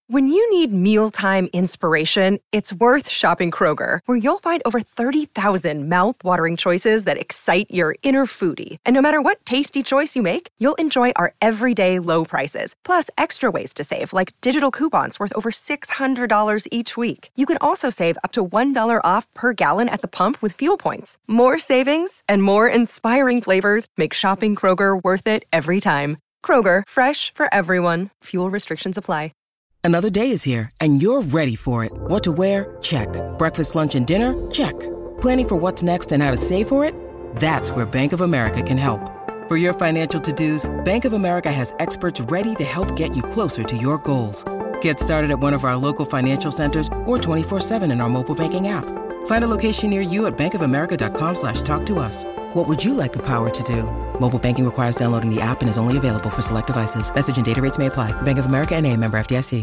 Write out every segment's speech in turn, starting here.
When you need mealtime inspiration, it's worth shopping Kroger, where you'll find over 30,000 mouth-watering choices that excite your inner foodie. And no matter what tasty choice you make, you'll enjoy our everyday low prices, plus extra ways to save, like digital coupons worth over $600 each week. You can also save up to $1 off per gallon at the pump with fuel points. More savings and more inspiring flavors make shopping Kroger worth it every time. Kroger, fresh for everyone. Fuel restrictions apply. Another day is here, and you're ready for it. What to wear? Check. Breakfast, lunch, and dinner? Check. Planning for what's next and how to save for it? That's where Bank of America can help. For your financial to-dos, Bank of America has experts ready to help get you closer to your goals. Get started at one of our local financial centers or 24/7 in our mobile banking app. Find a location near you at bankofamerica.com/talktous. What would you like the power to do? Mobile banking requires downloading the app and is only available for select devices. Message and data rates may apply. Bank of America N.A., member FDIC.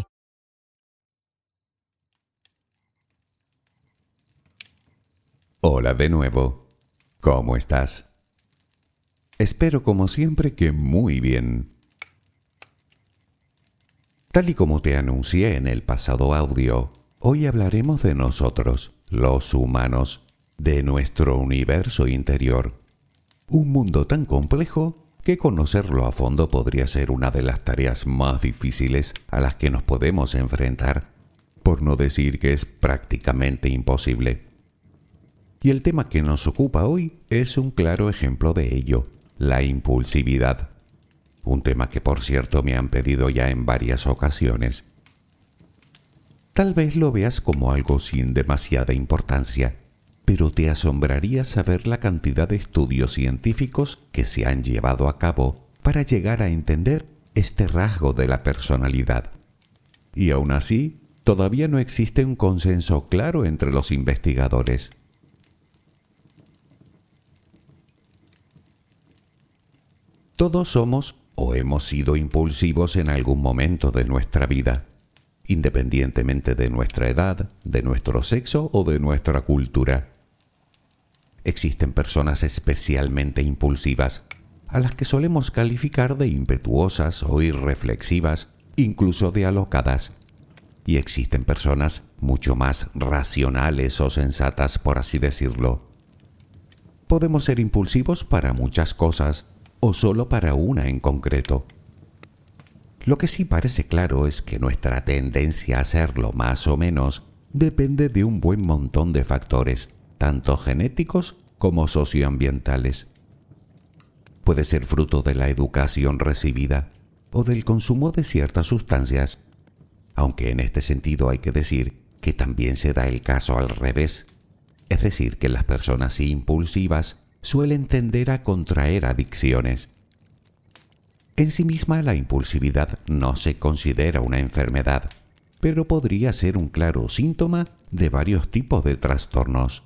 Hola de nuevo. ¿Cómo estás? Espero como siempre que muy bien. Tal y como te anuncié en el pasado audio, hoy hablaremos de nosotros, los humanos, de nuestro universo interior. Un mundo tan complejo que conocerlo a fondo podría ser una de las tareas más difíciles a las que nos podemos enfrentar, por no decir que es prácticamente imposible. Y el tema que nos ocupa hoy es un claro ejemplo de ello, la impulsividad. Un tema que, por cierto, me han pedido ya en varias ocasiones. Tal vez lo veas como algo sin demasiada importancia, pero te asombraría saber la cantidad de estudios científicos que se han llevado a cabo para llegar a entender este rasgo de la personalidad. Y aún así, todavía no existe un consenso claro entre los investigadores. Todos somos o hemos sido impulsivos en algún momento de nuestra vida, independientemente de nuestra edad, de nuestro sexo o de nuestra cultura. Existen personas especialmente impulsivas, a las que solemos calificar de impetuosas o irreflexivas, incluso de alocadas. Y existen personas mucho más racionales o sensatas, por así decirlo. Podemos ser impulsivos para muchas cosas, o solo para una en concreto. Lo que sí parece claro es que nuestra tendencia a hacerlo más o menos depende de un buen montón de factores, tanto genéticos como socioambientales. Puede ser fruto de la educación recibida o del consumo de ciertas sustancias, aunque en este sentido hay que decir que también se da el caso al revés, es decir, que las personas impulsivas suelen tender a contraer adicciones. En sí misma la impulsividad no se considera una enfermedad, pero podría ser un claro síntoma de varios tipos de trastornos.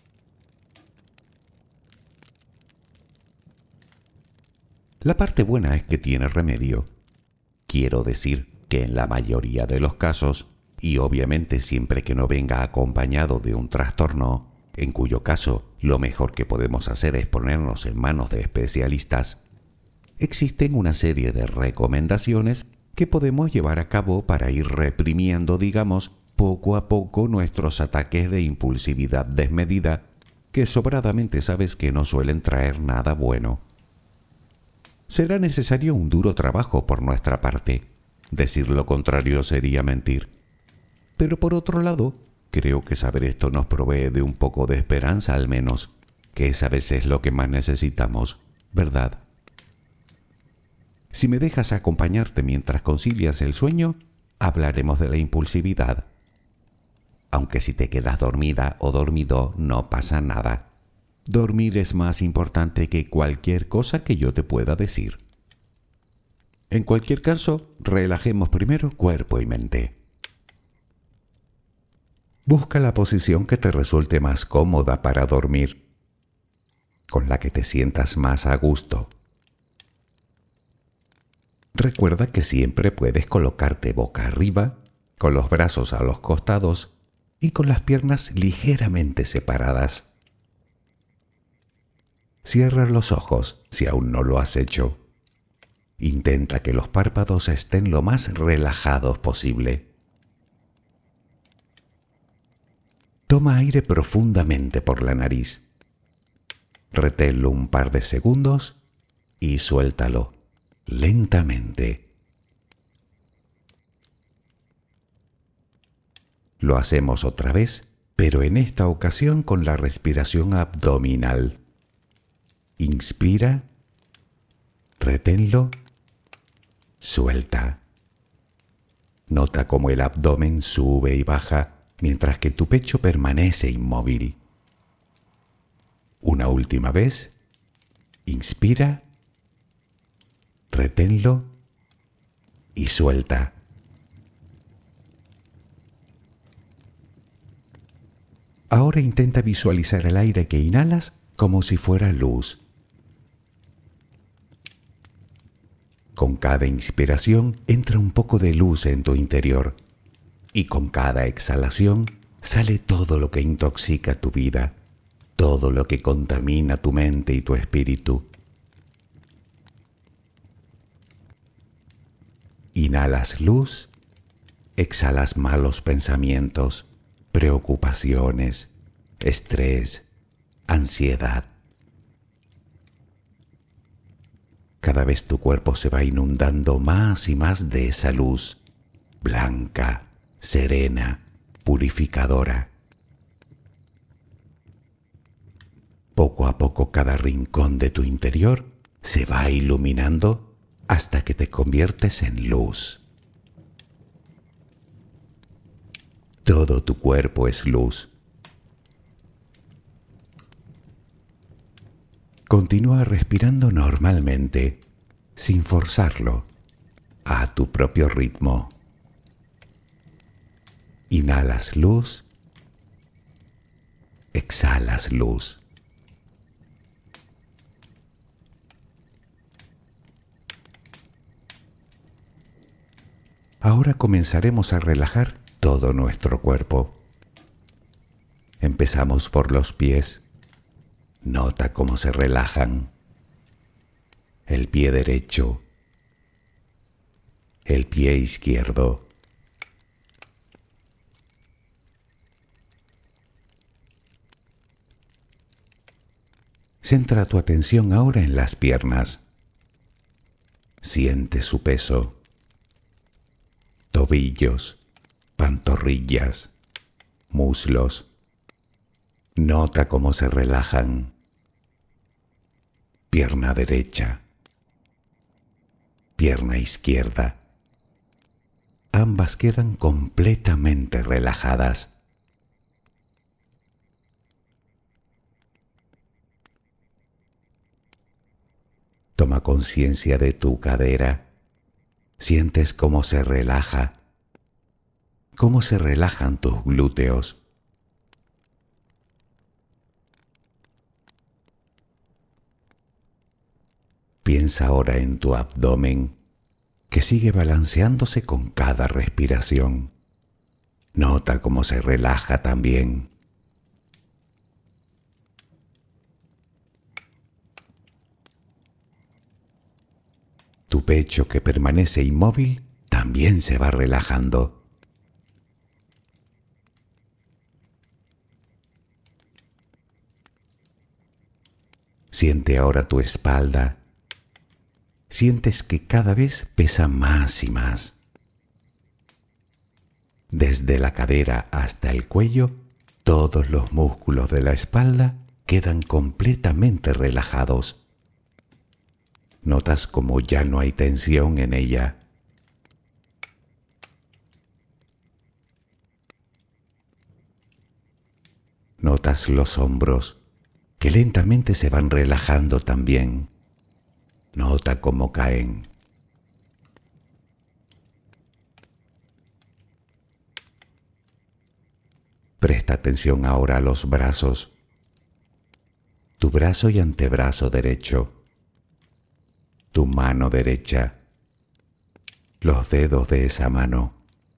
La parte buena es que tiene remedio. Quiero decir que en la mayoría de los casos, y obviamente siempre que no venga acompañado de un trastorno, en cuyo caso lo mejor que podemos hacer es ponernos en manos de especialistas, existen una serie de recomendaciones que podemos llevar a cabo para ir reprimiendo, digamos, poco a poco nuestros ataques de impulsividad desmedida, que sobradamente sabes que no suelen traer nada bueno. Será necesario un duro trabajo por nuestra parte. Decir lo contrario sería mentir. Pero por otro lado, creo que saber esto nos provee de un poco de esperanza al menos, que es a veces lo que más necesitamos, ¿verdad? Si me dejas acompañarte mientras concilias el sueño, hablaremos de la impulsividad. Aunque si te quedas dormida o dormido, no pasa nada. Dormir es más importante que cualquier cosa que yo te pueda decir. En cualquier caso, relajemos primero cuerpo y mente. Busca la posición que te resulte más cómoda para dormir, con la que te sientas más a gusto. Recuerda que siempre puedes colocarte boca arriba, con los brazos a los costados y con las piernas ligeramente separadas. Cierra los ojos si aún no lo has hecho. Intenta que los párpados estén lo más relajados posible. Toma aire profundamente por la nariz. Reténlo un par de segundos y suéltalo lentamente. Lo hacemos otra vez, pero en esta ocasión con la respiración abdominal. Inspira, reténlo, suelta. Nota cómo el abdomen sube y baja mientras que tu pecho permanece inmóvil. Una última vez. Inspira, reténlo y suelta. Ahora intenta visualizar el aire que inhalas como si fuera luz. Con cada inspiración entra un poco de luz en tu interior y con cada exhalación sale todo lo que intoxica tu vida, todo lo que contamina tu mente y tu espíritu. Inhalas luz, exhalas malos pensamientos, preocupaciones, estrés, ansiedad. Cada vez tu cuerpo se va inundando más y más de esa luz, blanca, serena, purificadora. Poco a poco cada rincón de tu interior se va iluminando hasta que te conviertes en luz. Todo tu cuerpo es luz. Continúa respirando normalmente, sin forzarlo, a tu propio ritmo. Inhalas luz, exhalas luz. Ahora comenzaremos a relajar todo nuestro cuerpo. Empezamos por los pies. Nota cómo se relajan. El pie derecho, el pie izquierdo. Centra tu atención ahora en las piernas. Siente su peso. Tobillos, pantorrillas, muslos. Nota cómo se relajan. Pierna derecha, pierna izquierda. Ambas quedan completamente relajadas. Toma conciencia de tu cadera. Sientes cómo se relaja, cómo se relajan tus glúteos. Piensa ahora en tu abdomen, que sigue balanceándose con cada respiración. Nota cómo se relaja también. Tu pecho, que permanece inmóvil, también se va relajando. Siente ahora tu espalda. Sientes que cada vez pesa más y más. Desde la cadera hasta el cuello, todos los músculos de la espalda quedan completamente relajados. Notas como ya no hay tensión en ella. Notas los hombros, que lentamente se van relajando también. Nota cómo caen. Presta atención ahora a los brazos. Tu brazo y antebrazo derecho. Tu mano derecha. Los dedos de esa mano.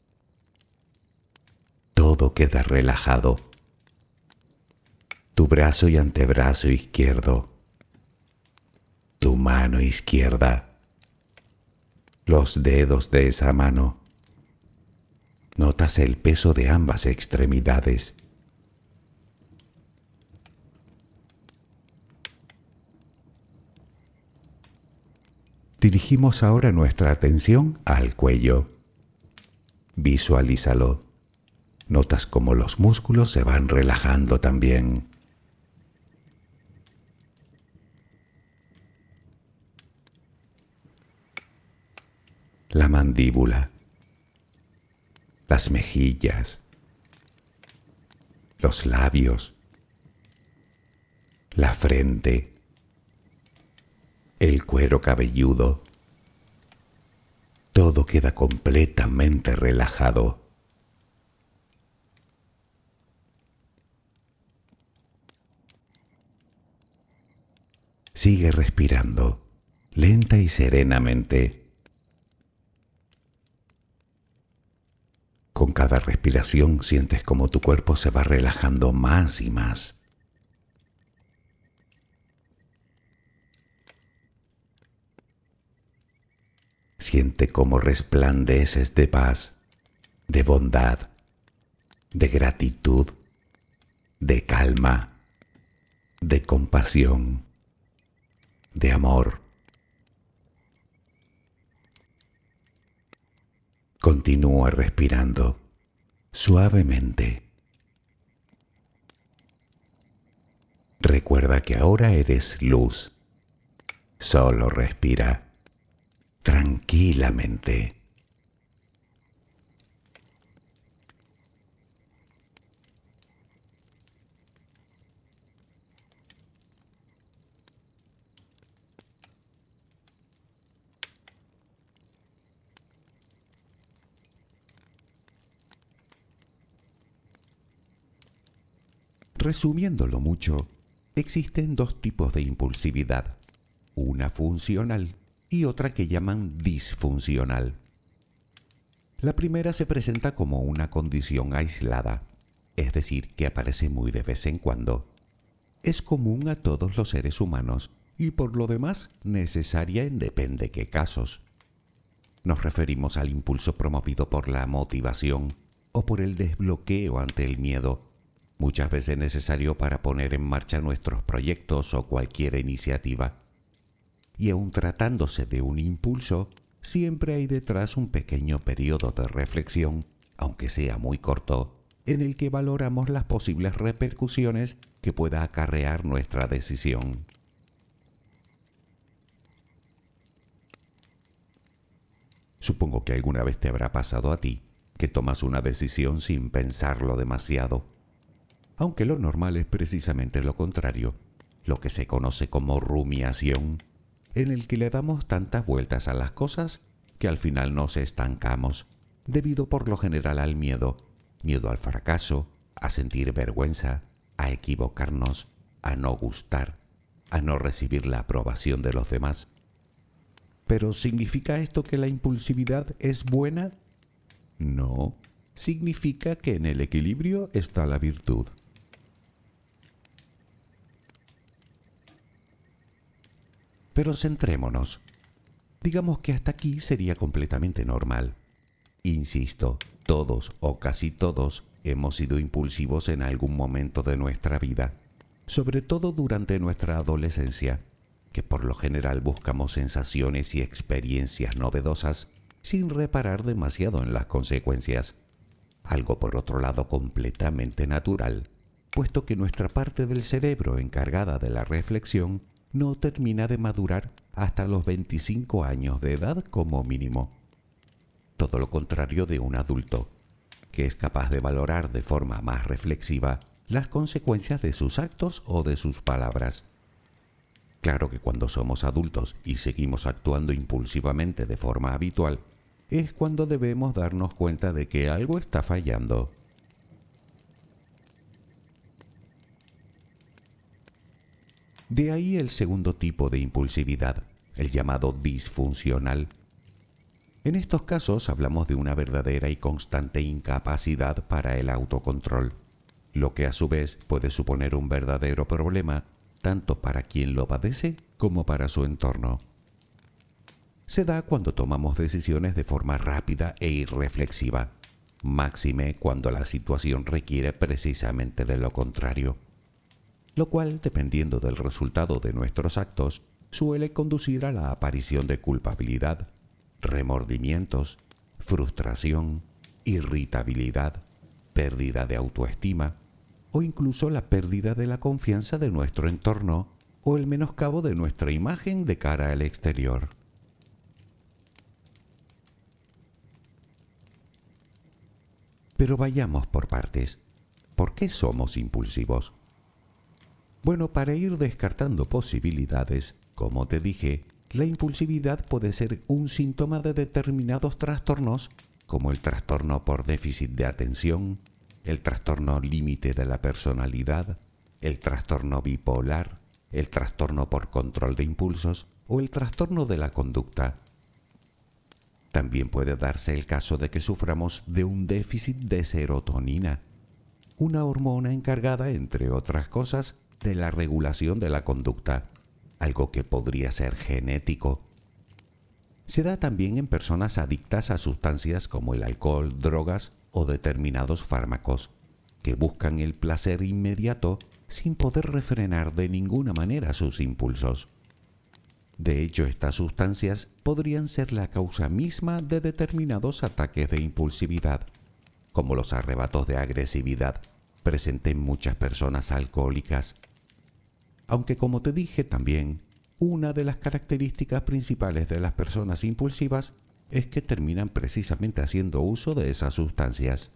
Todo queda relajado. Tu brazo y antebrazo izquierdo. Tu mano izquierda. Los dedos de esa mano. Notas el peso de ambas extremidades. Dirigimos ahora nuestra atención al cuello. Visualízalo. Notas cómo los músculos se van relajando también. La mandíbula, las mejillas, los labios, la frente, el cuero cabelludo. Todo queda completamente relajado. Sigue respirando, lenta y serenamente. Con cada respiración sientes como tu cuerpo se va relajando más y más. Siente cómo resplandeces de paz, de bondad, de gratitud, de calma, de compasión, de amor. Continúa respirando suavemente. Recuerda que ahora eres luz. Solo respira tranquilamente. Resumiéndolo mucho, existen dos tipos de impulsividad, una funcional y otra que llaman disfuncional. La primera se presenta como una condición aislada, es decir, que aparece muy de vez en cuando. Es común a todos los seres humanos y por lo demás necesaria en depende qué casos. Nos referimos al impulso promovido por la motivación o por el desbloqueo ante el miedo, muchas veces necesario para poner en marcha nuestros proyectos o cualquier iniciativa. Y aun tratándose de un impulso, siempre hay detrás un pequeño periodo de reflexión, aunque sea muy corto, en el que valoramos las posibles repercusiones que pueda acarrear nuestra decisión. Supongo que alguna vez te habrá pasado a ti que tomas una decisión sin pensarlo demasiado, aunque lo normal es precisamente lo contrario, lo que se conoce como rumiación, en el que le damos tantas vueltas a las cosas que al final nos estancamos, debido por lo general al miedo al fracaso, a sentir vergüenza, a equivocarnos, a no gustar, a no recibir la aprobación de los demás. ¿Pero significa esto que la impulsividad es buena? No, significa que en el equilibrio está la virtud. Pero centrémonos. Digamos que hasta aquí sería completamente normal. Insisto, todos o casi todos hemos sido impulsivos en algún momento de nuestra vida, sobre todo durante nuestra adolescencia, que por lo general buscamos sensaciones y experiencias novedosas sin reparar demasiado en las consecuencias. Algo por otro lado completamente natural, puesto que nuestra parte del cerebro encargada de la reflexión no termina de madurar hasta los 25 años de edad como mínimo. Todo lo contrario de un adulto, que es capaz de valorar de forma más reflexiva las consecuencias de sus actos o de sus palabras. Claro que cuando somos adultos y seguimos actuando impulsivamente de forma habitual, es cuando debemos darnos cuenta de que algo está fallando. De ahí el segundo tipo de impulsividad, el llamado disfuncional. En estos casos hablamos de una verdadera y constante incapacidad para el autocontrol, lo que a su vez puede suponer un verdadero problema tanto para quien lo padece como para su entorno. Se da cuando tomamos decisiones de forma rápida e irreflexiva, máxime cuando la situación requiere precisamente de lo contrario, lo cual, dependiendo del resultado de nuestros actos, suele conducir a la aparición de culpabilidad, remordimientos, frustración, irritabilidad, pérdida de autoestima o incluso la pérdida de la confianza de nuestro entorno o el menoscabo de nuestra imagen de cara al exterior. Pero vayamos por partes. ¿Por qué somos impulsivos? Bueno, para ir descartando posibilidades, como te dije, la impulsividad puede ser un síntoma de determinados trastornos, como el trastorno por déficit de atención, el trastorno límite de la personalidad, el trastorno bipolar, el trastorno por control de impulsos o el trastorno de la conducta. También puede darse el caso de que suframos de un déficit de serotonina, una hormona encargada, entre otras cosas, de la regulación de la conducta, algo que podría ser genético. Se da también en personas adictas a sustancias como el alcohol, drogas o determinados fármacos, que buscan el placer inmediato sin poder refrenar de ninguna manera sus impulsos. De hecho, estas sustancias podrían ser la causa misma de determinados ataques de impulsividad, como los arrebatos de agresividad presentes en muchas personas alcohólicas. Aunque, como te dije también, una de las características principales de las personas impulsivas es que terminan precisamente haciendo uso de esas sustancias.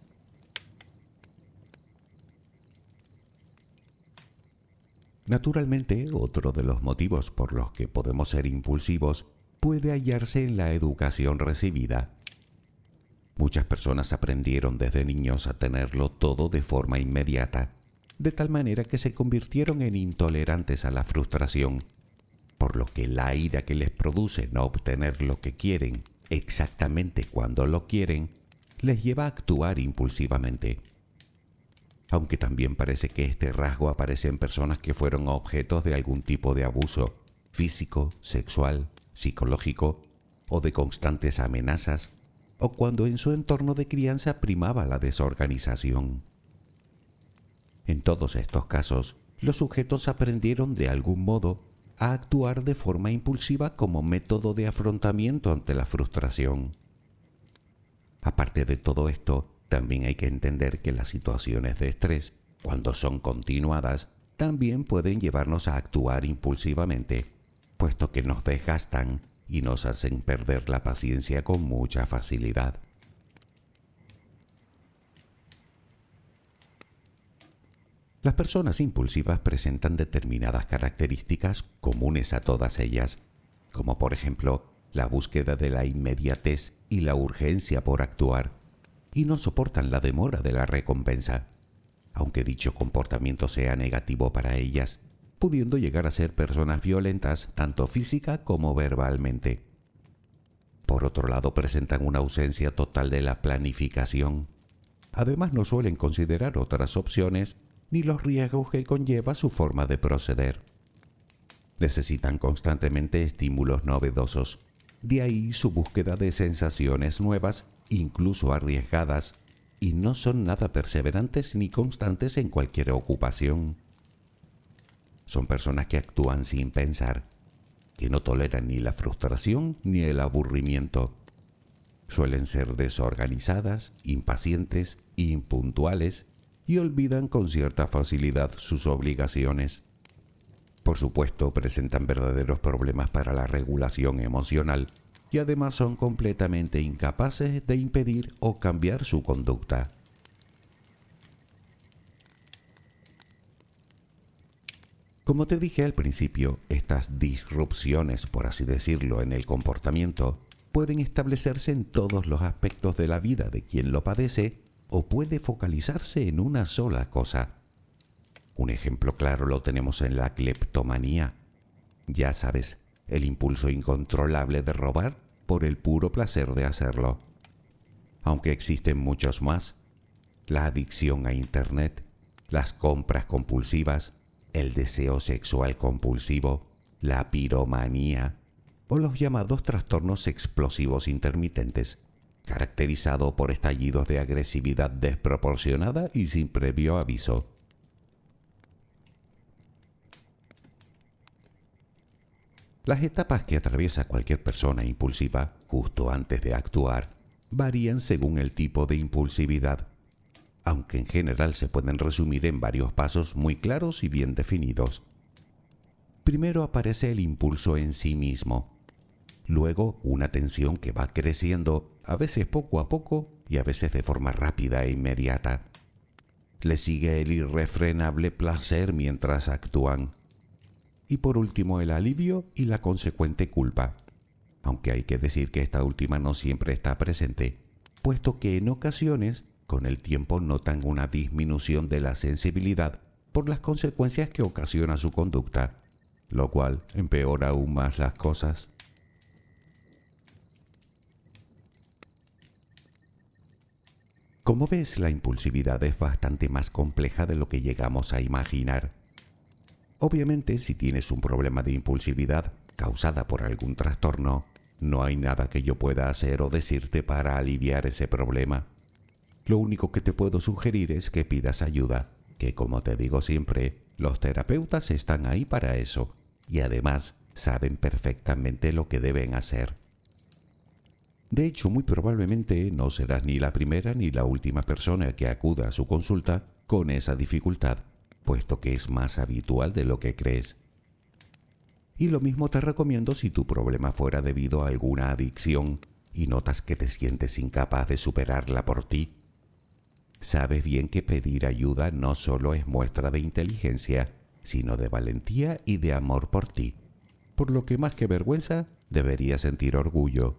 Naturalmente, otro de los motivos por los que podemos ser impulsivos puede hallarse en la educación recibida. Muchas personas aprendieron desde niños a tenerlo todo de forma inmediata, de tal manera que se convirtieron en intolerantes a la frustración, por lo que la ira que les produce no obtener lo que quieren exactamente cuando lo quieren, les lleva a actuar impulsivamente. Aunque también parece que este rasgo aparece en personas que fueron objetos de algún tipo de abuso físico, sexual, psicológico o de constantes amenazas, o cuando en su entorno de crianza primaba la desorganización. En todos estos casos, los sujetos aprendieron de algún modo a actuar de forma impulsiva como método de afrontamiento ante la frustración. Aparte de todo esto, también hay que entender que las situaciones de estrés, cuando son continuadas, también pueden llevarnos a actuar impulsivamente, puesto que nos desgastan y nos hacen perder la paciencia con mucha facilidad. Las personas impulsivas presentan determinadas características comunes a todas ellas, como por ejemplo la búsqueda de la inmediatez y la urgencia por actuar, y no soportan la demora de la recompensa, aunque dicho comportamiento sea negativo para ellas, pudiendo llegar a ser personas violentas tanto física como verbalmente. Por otro lado, presentan una ausencia total de la planificación. Además, no suelen considerar otras opciones ni los riesgos que conlleva su forma de proceder. Necesitan constantemente estímulos novedosos, de ahí su búsqueda de sensaciones nuevas, incluso arriesgadas, y no son nada perseverantes ni constantes en cualquier ocupación. Son personas que actúan sin pensar, que no toleran ni la frustración ni el aburrimiento. Suelen ser desorganizadas, impacientes, impuntuales y olvidan con cierta facilidad sus obligaciones. Por supuesto, presentan verdaderos problemas para la regulación emocional y además son completamente incapaces de impedir o cambiar su conducta. Como te dije al principio, estas disrupciones, por así decirlo, en el comportamiento pueden establecerse en todos los aspectos de la vida de quien lo padece o puede focalizarse en una sola cosa. Un ejemplo claro lo tenemos en la cleptomanía. Ya sabes, el impulso incontrolable de robar por el puro placer de hacerlo. Aunque existen muchos más: la adicción a Internet, las compras compulsivas, el deseo sexual compulsivo, la piromanía o los llamados trastornos explosivos intermitentes, caracterizado por estallidos de agresividad desproporcionada y sin previo aviso. Las etapas que atraviesa cualquier persona impulsiva justo antes de actuar varían según el tipo de impulsividad, aunque en general se pueden resumir en varios pasos muy claros y bien definidos. Primero aparece el impulso en sí mismo, luego una tensión que va creciendo, a veces poco a poco y a veces de forma rápida e inmediata. Le sigue el irrefrenable placer mientras actúan. Y por último el alivio y la consecuente culpa, aunque hay que decir que esta última no siempre está presente, puesto que en ocasiones con el tiempo notan una disminución de la sensibilidad por las consecuencias que ocasiona su conducta, lo cual empeora aún más las cosas. Como ves, la impulsividad es bastante más compleja de lo que llegamos a imaginar. Obviamente, si tienes un problema de impulsividad causada por algún trastorno, no hay nada que yo pueda hacer o decirte para aliviar ese problema. Lo único que te puedo sugerir es que pidas ayuda, que como te digo siempre, los terapeutas están ahí para eso y además saben perfectamente lo que deben hacer. De hecho, muy probablemente no serás ni la primera ni la última persona que acuda a su consulta con esa dificultad, puesto que es más habitual de lo que crees. Y lo mismo te recomiendo si tu problema fuera debido a alguna adicción y notas que te sientes incapaz de superarla por ti. Sabes bien que pedir ayuda no solo es muestra de inteligencia, sino de valentía y de amor por ti, por lo que más que vergüenza deberías sentir orgullo.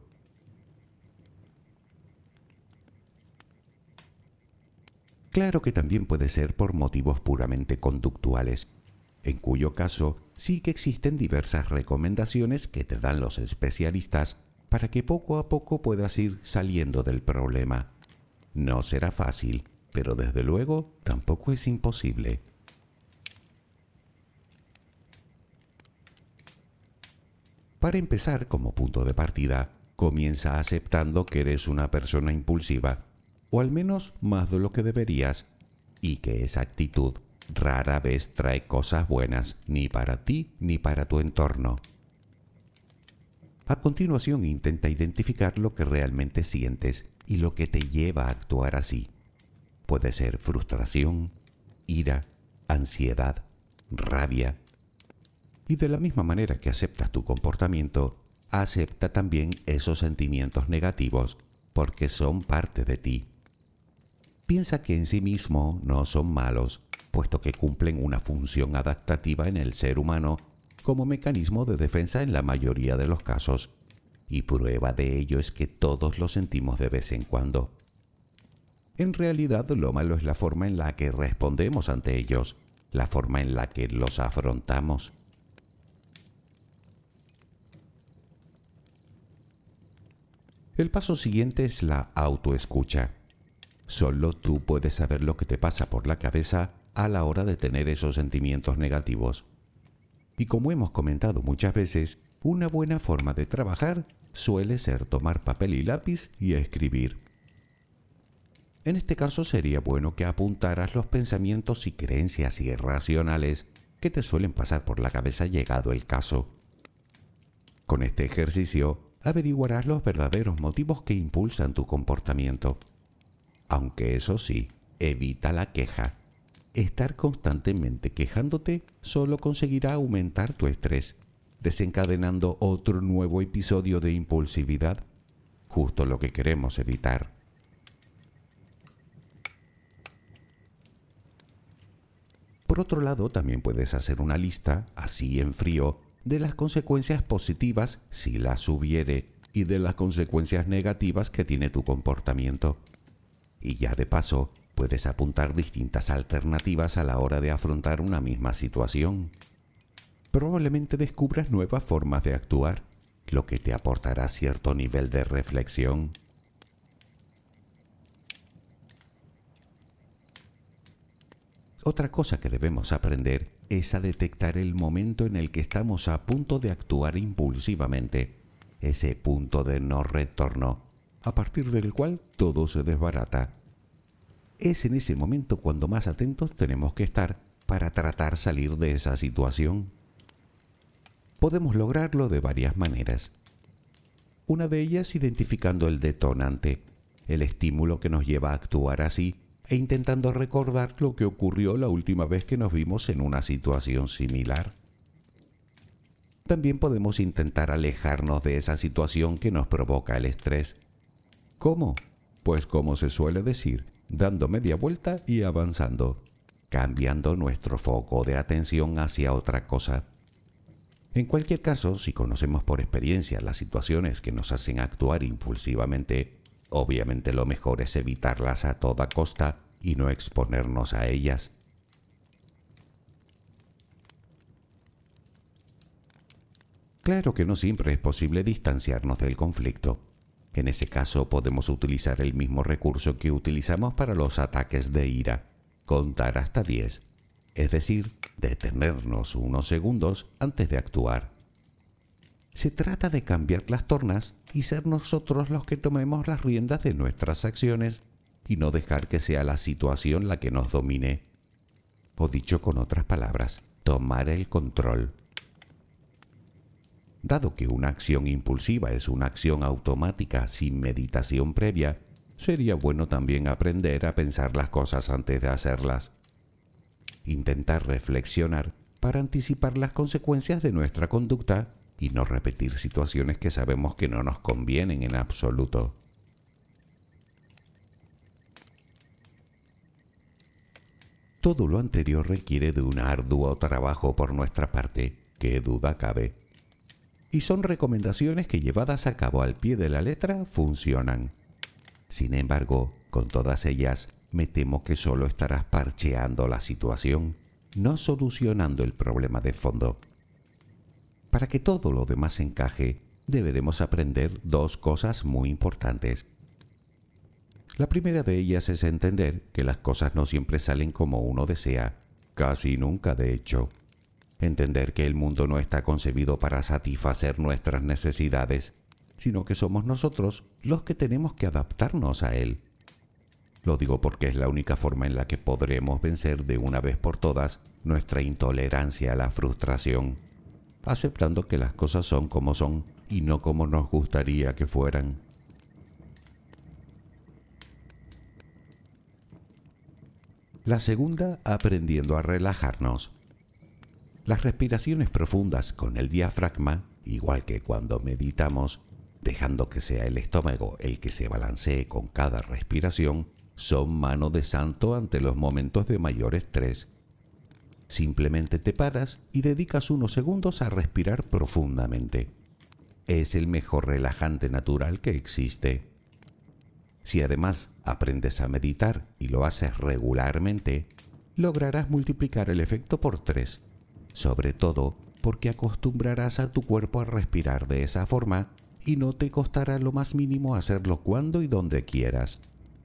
Claro que también puede ser por motivos puramente conductuales, en cuyo caso sí que existen diversas recomendaciones que te dan los especialistas para que poco a poco puedas ir saliendo del problema. No será fácil, pero desde luego tampoco es imposible. Para empezar, como punto de partida, comienza aceptando que eres una persona impulsiva, o al menos más de lo que deberías, y que esa actitud rara vez trae cosas buenas ni para ti ni para tu entorno. A continuación, intenta identificar lo que realmente sientes y lo que te lleva a actuar así. Puede ser frustración, ira, ansiedad, rabia. Y de la misma manera que aceptas tu comportamiento, acepta también esos sentimientos negativos, porque son parte de ti. Piensa que en sí mismo no son malos, puesto que cumplen una función adaptativa en el ser humano como mecanismo de defensa en la mayoría de los casos, y prueba de ello es que todos lo sentimos de vez en cuando. En realidad, lo malo es la forma en la que respondemos ante ellos, la forma en la que los afrontamos. El paso siguiente es la autoescucha. Solo tú puedes saber lo que te pasa por la cabeza a la hora de tener esos sentimientos negativos. Y como hemos comentado muchas veces, una buena forma de trabajar suele ser tomar papel y lápiz y escribir. En este caso sería bueno que apuntaras los pensamientos y creencias irracionales que te suelen pasar por la cabeza llegado el caso. Con este ejercicio averiguarás los verdaderos motivos que impulsan tu comportamiento. Aunque eso sí, evita la queja. Estar constantemente quejándote solo conseguirá aumentar tu estrés, desencadenando otro nuevo episodio de impulsividad, justo lo que queremos evitar. Por otro lado, también puedes hacer una lista, así en frío, de las consecuencias positivas, si las hubiere, y de las consecuencias negativas que tiene tu comportamiento. Y ya de paso, puedes apuntar distintas alternativas a la hora de afrontar una misma situación. Probablemente descubras nuevas formas de actuar, lo que te aportará cierto nivel de reflexión. Otra cosa que debemos aprender es a detectar el momento en el que estamos a punto de actuar impulsivamente, ese punto de no retorno, a partir del cual todo se desbarata. Es en ese momento cuando más atentos tenemos que estar para tratar de salir de esa situación. Podemos lograrlo de varias maneras. Una de ellas identificando el detonante, el estímulo que nos lleva a actuar así e intentando recordar lo que ocurrió la última vez que nos vimos en una situación similar. También podemos intentar alejarnos de esa situación que nos provoca el estrés. ¿Cómo? Pues como se suele decir, dando media vuelta y avanzando, cambiando nuestro foco de atención hacia otra cosa. En cualquier caso, si conocemos por experiencia las situaciones que nos hacen actuar impulsivamente, obviamente lo mejor es evitarlas a toda costa y no exponernos a ellas. Claro que no siempre es posible distanciarnos del conflicto. En ese caso podemos utilizar el mismo recurso que utilizamos para los ataques de ira, contar hasta 10, es decir, detenernos unos segundos antes de actuar. Se trata de cambiar las tornas y ser nosotros los que tomemos las riendas de nuestras acciones y no dejar que sea la situación la que nos domine. O dicho con otras palabras, tomar el control. Dado que una acción impulsiva es una acción automática sin meditación previa, sería bueno también aprender a pensar las cosas antes de hacerlas. Intentar reflexionar para anticipar las consecuencias de nuestra conducta y no repetir situaciones que sabemos que no nos convienen en absoluto. Todo lo anterior requiere de un arduo trabajo por nuestra parte, qué duda cabe. Y son recomendaciones que llevadas a cabo al pie de la letra funcionan. Sin embargo, con todas ellas, me temo que solo estarás parcheando la situación, no solucionando el problema de fondo. Para que todo lo demás encaje, deberemos aprender dos cosas muy importantes. La primera de ellas es entender que las cosas no siempre salen como uno desea, casi nunca de hecho. Entender que el mundo no está concebido para satisfacer nuestras necesidades, sino que somos nosotros los que tenemos que adaptarnos a él. Lo digo porque es la única forma en la que podremos vencer de una vez por todas nuestra intolerancia a la frustración, aceptando que las cosas son como son y no como nos gustaría que fueran. La segunda, aprendiendo a relajarnos. Las respiraciones profundas con el diafragma, igual que cuando meditamos, dejando que sea el estómago el que se balancee con cada respiración, son mano de santo ante los momentos de mayor estrés. Simplemente te paras y dedicas unos segundos a respirar profundamente. Es el mejor relajante natural que existe. Si además aprendes a meditar y lo haces regularmente, lograrás multiplicar el efecto por 3, sobre todo porque acostumbrarás a tu cuerpo a respirar de esa forma y no te costará lo más mínimo hacerlo cuando y donde quieras.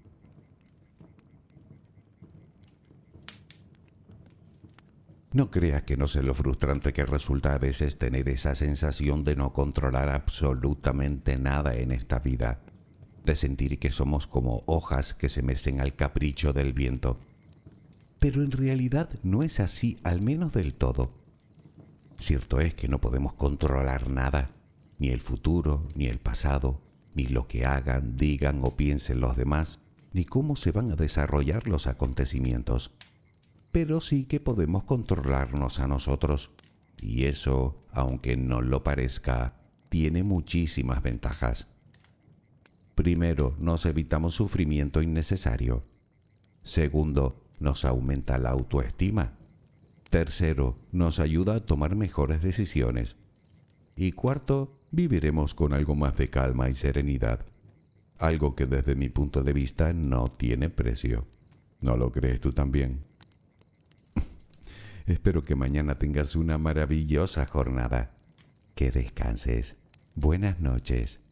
No creas que no sé lo frustrante que resulta a veces tener esa sensación de no controlar absolutamente nada en esta vida, de sentir que somos como hojas que se mecen al capricho del viento. Pero en realidad no es así, al menos del todo. Cierto es que no podemos controlar nada, ni el futuro, ni el pasado, ni lo que hagan, digan o piensen los demás, ni cómo se van a desarrollar los acontecimientos. Pero sí que podemos controlarnos a nosotros, y eso, aunque no lo parezca, tiene muchísimas ventajas. Primero, nos evitamos sufrimiento innecesario. Segundo, nos aumenta la autoestima. Tercero, nos ayuda a tomar mejores decisiones. Y cuarto, viviremos con algo más de calma y serenidad. Algo que desde mi punto de vista no tiene precio. ¿No lo crees tú también? Espero que mañana tengas una maravillosa jornada. Que descanses. Buenas noches.